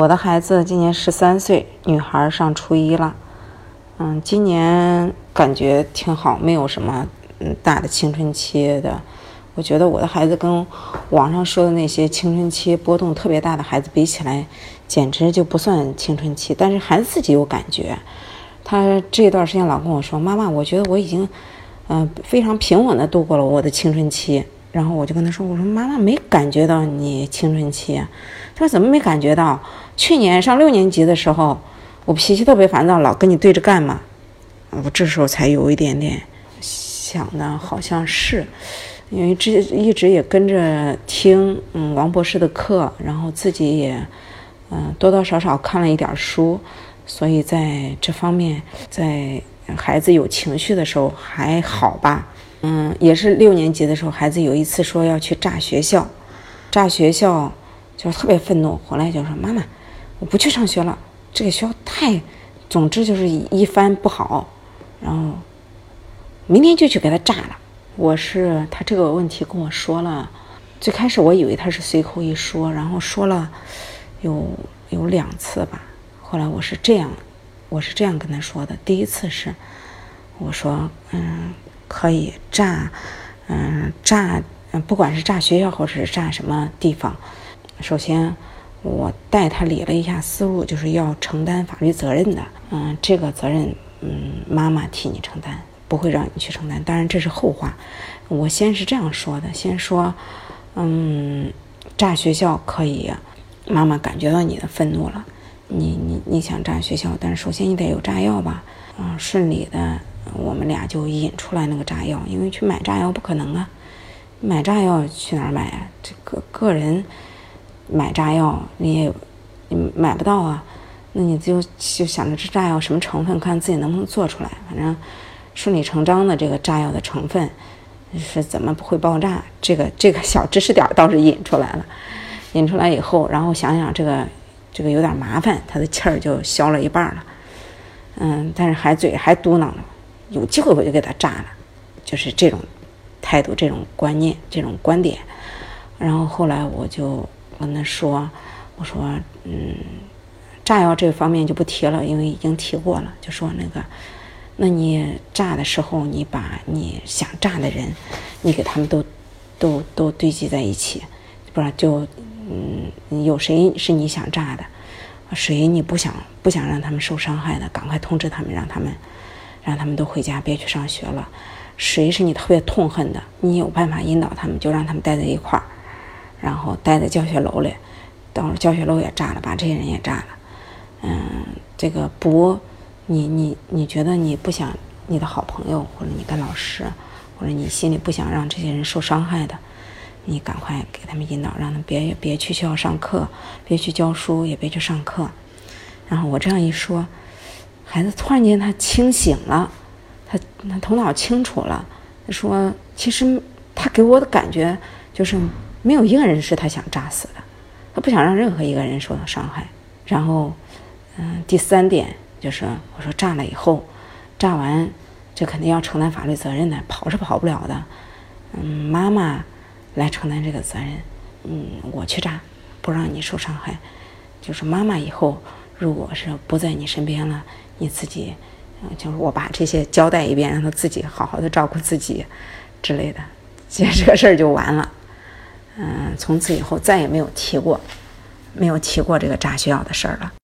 我的孩子今年13岁，女孩上初一了。今年感觉挺好，没有什么大的青春期的。我觉得我的孩子跟网上说的那些青春期波动特别大的孩子比起来，简直就不算青春期。但是孩子自己有感觉，他这段时间老跟我说：“妈妈，我觉得我已经非常平稳的度过了我的青春期。”然后我就跟他说：“我说妈妈没感觉到你青春期啊。”他说：“怎么没感觉到？去年上6年级的时候，我脾气特别烦躁，老跟你对着干嘛。”我这时候才有一点点想的，好像是因为一直也跟着听王博士的课，然后自己也多多少少看了一点书，所以在这方面，在孩子有情绪的时候还好吧。也是6年级的时候，孩子有一次说要去炸学校就特别愤怒，后来就说：“妈妈，我不去上学了，这个学校总之就是一番不好，然后明天就去给他炸了。”他这个问题跟我说了，最开始我以为他是随口一说，然后说了有2次吧。后来我是这样跟他说的。第一次是我说可以炸不管是炸学校或者是炸什么地方，首先我带他理了一下思路，就是要承担法律责任的。这个责任妈妈替你承担，不会让你去承担。当然这是后话，我先是这样说的，先说炸学校可以，妈妈感觉到你的愤怒了，你想炸学校，但是首先你得有炸药吧。顺利的我们俩就引出来那个炸药，因为去买炸药不可能啊，买炸药去哪儿买啊？这个人买炸药你买不到啊，那你就想着这炸药什么成分，看自己能不能做出来。反正顺理成章的这个炸药的成分是怎么不会爆炸，这个小知识点倒是引出来了。引出来以后，然后想想这个有点麻烦，他的气儿就消了一半了。但是嘴还嘟囔了，有机会我就给他炸了，就是这种态度、这种观念、这种观点。然后后来我就跟他说，我说炸药这方面就不提了，因为已经提过了。就说那你炸的时候，你把你想炸的人，你给他们都堆积在一起，不然就有谁是你想炸的，谁你不想让他们受伤害的，赶快通知他们，让他们都回家，别去上学了。谁是你特别痛恨的，你有办法引导他们，就让他们待在一块儿，然后待在教学楼里，到时候教学楼也炸了，把这些人也炸了。这个你觉得你不想你的好朋友或者你的老师，或者你心里不想让这些人受伤害的，你赶快给他们引导，让他们别去学校上课，别去教书，也别去上课。然后我这样一说，孩子突然间他清醒了，他头脑清楚了。他说其实他给我的感觉就是没有一个人是他想炸死的，他不想让任何一个人受到伤害。然后第3点就是我说炸了以后，炸完这肯定要承担法律责任的，跑是跑不了的。妈妈来承担这个责任，我去炸，不让你受伤害。就是妈妈以后如果是不在你身边了，你自己就是我把这些交代一遍，让他自己好好的照顾自己之类的，这个事儿就完了。从此以后再也没有提过这个炸学校的事儿了。